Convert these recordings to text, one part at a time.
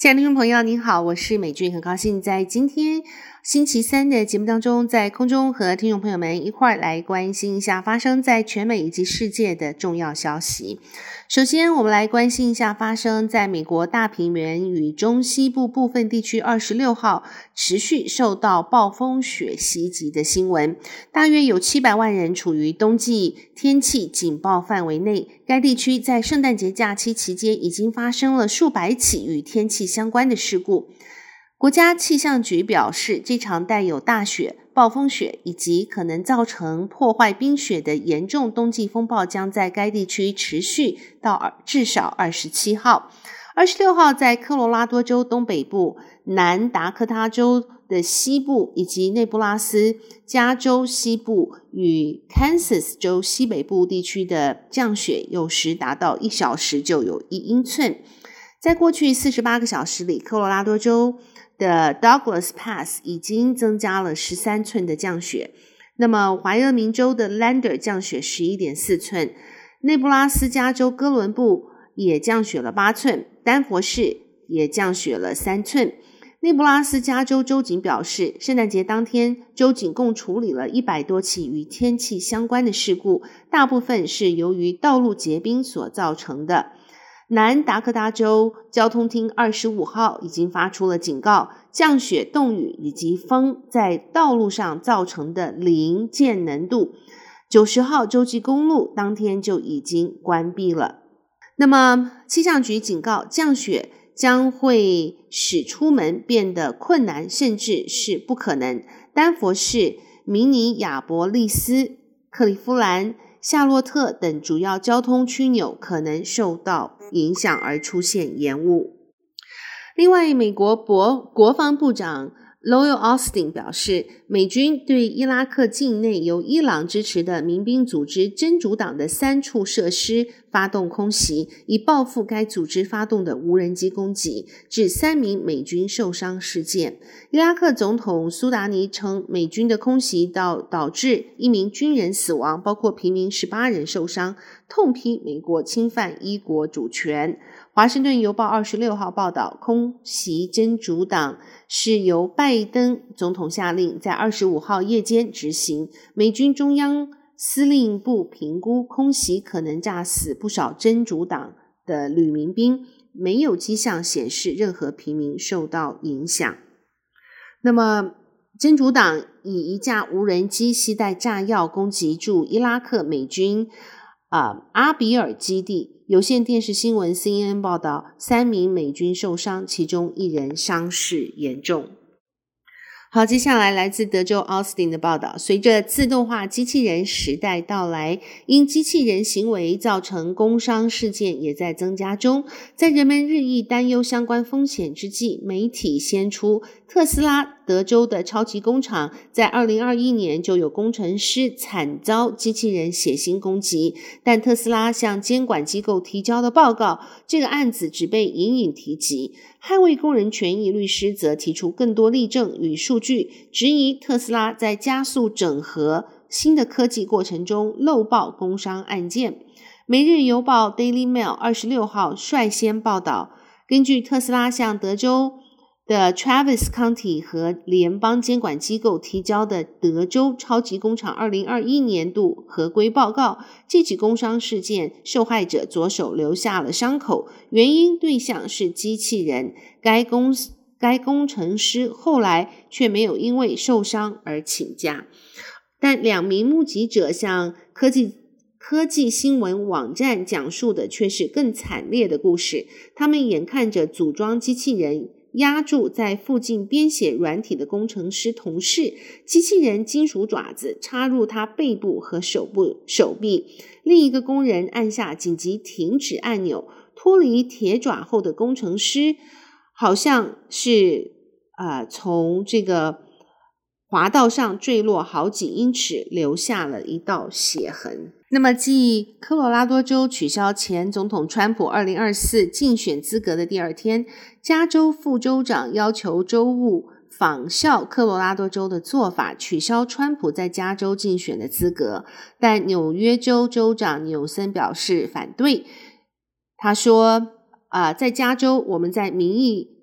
亲爱的听众朋友您好，我是美君，很高兴在今天星期三的节目当中，在空中和听众朋友们一块来关心一下发生在全美以及世界的重要消息。首先我们来关心一下发生在美国大平原与中西部部分地区26号持续受到暴风雪袭击的新闻，大约有700万人处于冬季天气警报范围内。该地区在圣诞节假期期间已经发生了数百起与天气相关的事故。国家气象局表示，这场带有大雪、暴风雪以及可能造成破坏冰雪的严重冬季风暴将在该地区持续到至少27号。26号在科罗拉多州东北部、南达科他州的西部以及内布拉斯加州西部与 Kansas 州西北部地区的降雪有时达到1小时就有1英寸。在过去48个小时里，科罗拉多州的 Douglas Pass 已经增加了13寸的降雪，那么怀俄明州的 Lander 降雪 11.4 寸，内布拉斯加州哥伦布也降雪了8寸，丹佛市也降雪了3寸。内布拉斯加州州警表示，圣诞节当天州警共处理了100多起与天气相关的事故，大部分是由于道路结冰所造成的。南达科他州交通厅25号已经发出了警告，降雪、冻雨以及风在道路上造成的零见能度。90号洲际公路当天就已经关闭了。那么气象局警告，降雪将会使出门变得困难，甚至是不可能。丹佛市、明尼亚波利斯、克利夫兰、夏洛特等主要交通枢纽可能受到影响而出现延误。另外，美国国防部长 Lloyd Austin 表示，美军对伊拉克境内由伊朗支持的民兵组织真主党的3处设施发动空袭，以报复该组织发动的无人机攻击，致3名美军受伤事件。伊拉克总统苏达尼称，美军的空袭导致1名军人死亡，包括平民18人受伤，痛批美国侵犯伊国主权。华盛顿邮报26号报道，空袭真主党是由拜登总统下令在25号夜间执行。美军中央司令部评估空袭可能炸死不少真主党的旅民兵，没有迹象显示任何平民受到影响。那么真主党以一架无人机携带炸药攻击驻伊拉克美军阿比尔基地。有线电视新闻 CNN 报道，3名美军受伤，其中1人伤势严重。好，接下来来自德州奥斯汀的报道，随着自动化机器人时代到来，因机器人行为造成工伤事件也在增加中。在人们日益担忧相关风险之际，媒体先出特斯拉德州的超级工厂在2021年就有工程师惨遭机器人血腥攻击，但特斯拉向监管机构提交的报告，这个案子只被隐隐提及。捍卫工人权益律师则提出更多例证与数据，质疑特斯拉在加速整合新的科技过程中漏报工伤案件。每日邮报 Daily Mail 26号率先报道，根据特斯拉向德州的 Travis County 和联邦监管机构提交的德州超级工厂2021年度合规报告，这起工伤事件受害者左手留下了伤口，原因对象是机器人，该工程师后来却没有因为受伤而请假。但2名目击者向科技新闻网站讲述的却是更惨烈的故事，他们眼看着组装机器人压住在附近编写软体的工程师同事，机器人金属爪子插入他背部和手臂，另一个工人按下紧急停止按钮，脱离铁爪后的工程师好像是从这个滑道上坠落好几英尺，留下了一道血痕。那么继科罗拉多州取消前总统川普2024竞选资格的第2天，加州副州长要求州务仿效科罗拉多州的做法，取消川普在加州竞选的资格，但纽约州州长纽森表示反对。他说在加州我们在民意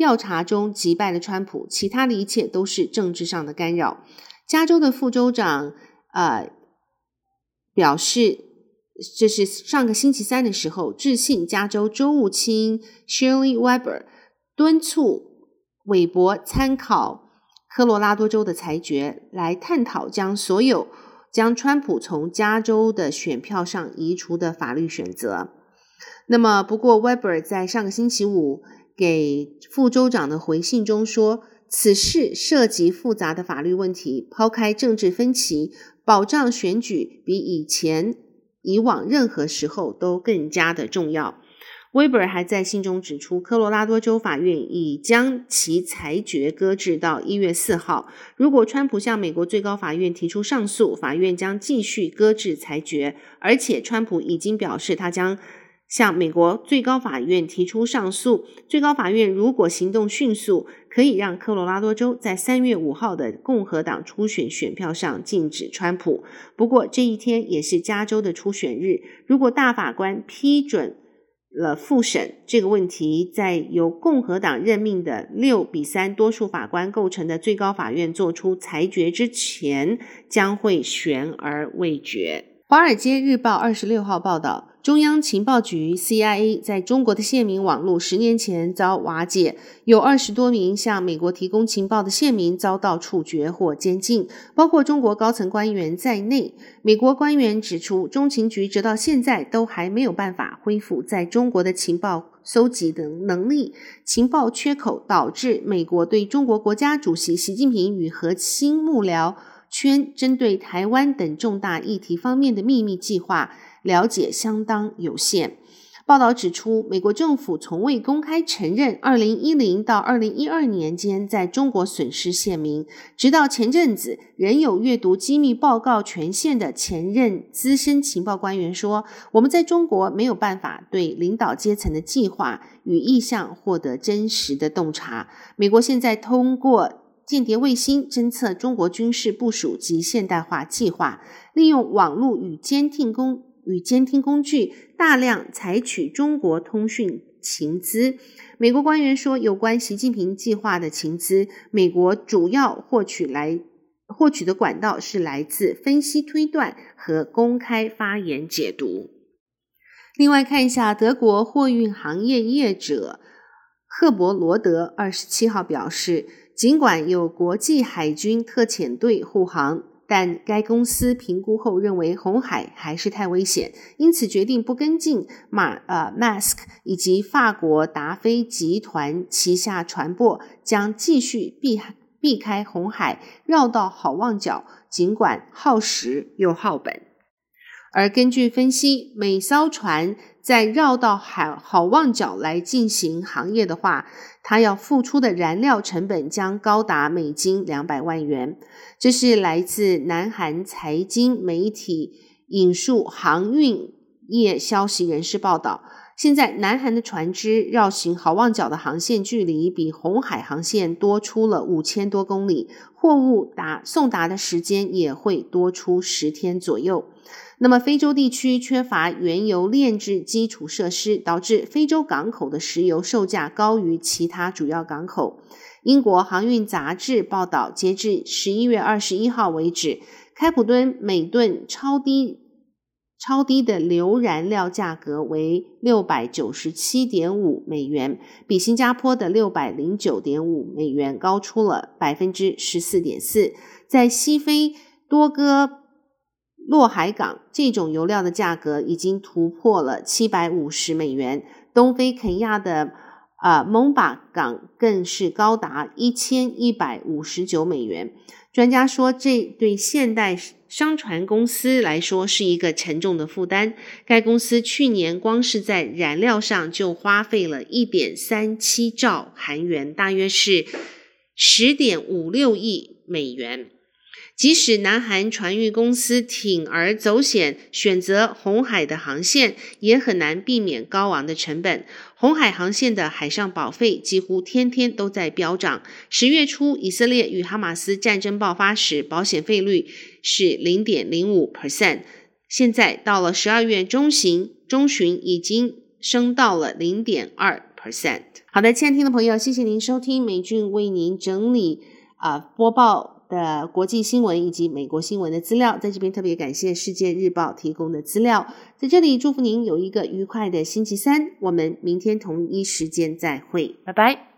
调查中击败了川普，其他的一切都是政治上的干扰。加州的副州长表示，这是上个星期三的时候致信加州州务卿 Shirley Weber， 敦促韦伯参考科罗拉多州的裁决，来探讨将川普从加州的选票上移除的法律选择。那么不过 Weber 在上个星期五给副州长的回信中说，此事涉及复杂的法律问题，抛开政治分歧，保障选举比以往任何时候都更加的重要。Weber 还在信中指出，科罗拉多州法院已将其裁决搁置到1月4号。如果川普向美国最高法院提出上诉，法院将继续搁置裁决，而且川普已经表示他将向美国最高法院提出上诉。最高法院如果行动迅速，可以让科罗拉多州在3月5号的共和党初选选票上禁止川普。不过这一天也是加州的初选日，如果大法官批准了复审这个问题，在由共和党任命的6-3多数法官构成的最高法院做出裁决之前，将会悬而未决。华尔街日报26号报道，中央情报局 CIA 在中国的线民网络10年前遭瓦解，有20多名向美国提供情报的线民遭到处决或监禁，包括中国高层官员在内。美国官员指出，中情局直到现在都还没有办法恢复在中国的情报搜集的能力，情报缺口导致美国对中国国家主席习近平与核心幕僚圈针对台湾等重大议题方面的秘密计划了解相当有限。报道指出，美国政府从未公开承认2010到2012年间在中国损失线民，直到前阵子，仍有阅读机密报告权限的前任资深情报官员说，我们在中国没有办法对领导阶层的计划与意向获得真实的洞察。美国现在通过间谍卫星侦测中国军事部署及现代化计划，利用网络与监听工具大量采取中国通讯情资。美国官员说，有关习近平计划的情资，美国主要获取的管道是来自分析推断和公开发言解读。另外看一下德国货运行业业者赫伯罗德27号表示，尽管有国际海军特遣队护航，但该公司评估后认为红海还是太危险，因此决定不跟进Maersk 以及法国达菲集团旗下船舶，将继续避开红海，绕道好望角，尽管耗时又耗本。而根据分析，每艘船在绕道好望角来进行行业的话，它要付出的燃料成本将高达美金200万元。这是来自南韩财经媒体引述航运业消息人士报道，现在南韩的船只绕行好望角的航线距离比红海航线多出了5000多公里，货物送达的时间也会多出10天左右。那么非洲地区缺乏原油炼制基础设施，导致非洲港口的石油售价高于其他主要港口。英国航运杂志报道，截至11月21号为止，开普敦每吨超低的馏燃料价格为 697.5 美元，比新加坡的 609.5 美元高出了 14.4%。在西非多哥洛海港，这种油料的价格已经突破了750美元，东非肯亚的蒙巴港更是高达1159美元。专家说，这对现代商船公司来说是一个沉重的负担。该公司去年光是在燃料上就花费了 1.37 兆韩元，大约是 10.56 亿美元。即使南韩船运公司铤而走险选择红海的航线，也很难避免高昂的成本。红海航线的海上保费几乎天天都在飙涨。10月初，以色列与哈马斯战争爆发时，保险费率是 0.05%， 现在到了12月中旬已经升到了 0.2%。 好的，亲爱的听众朋友，谢谢您收听美俊为您整理播报的国际新闻以及美国新闻的资料，在这边特别感谢世界日报提供的资料。在这里祝福您有一个愉快的星期三，我们明天同一时间再会，拜拜。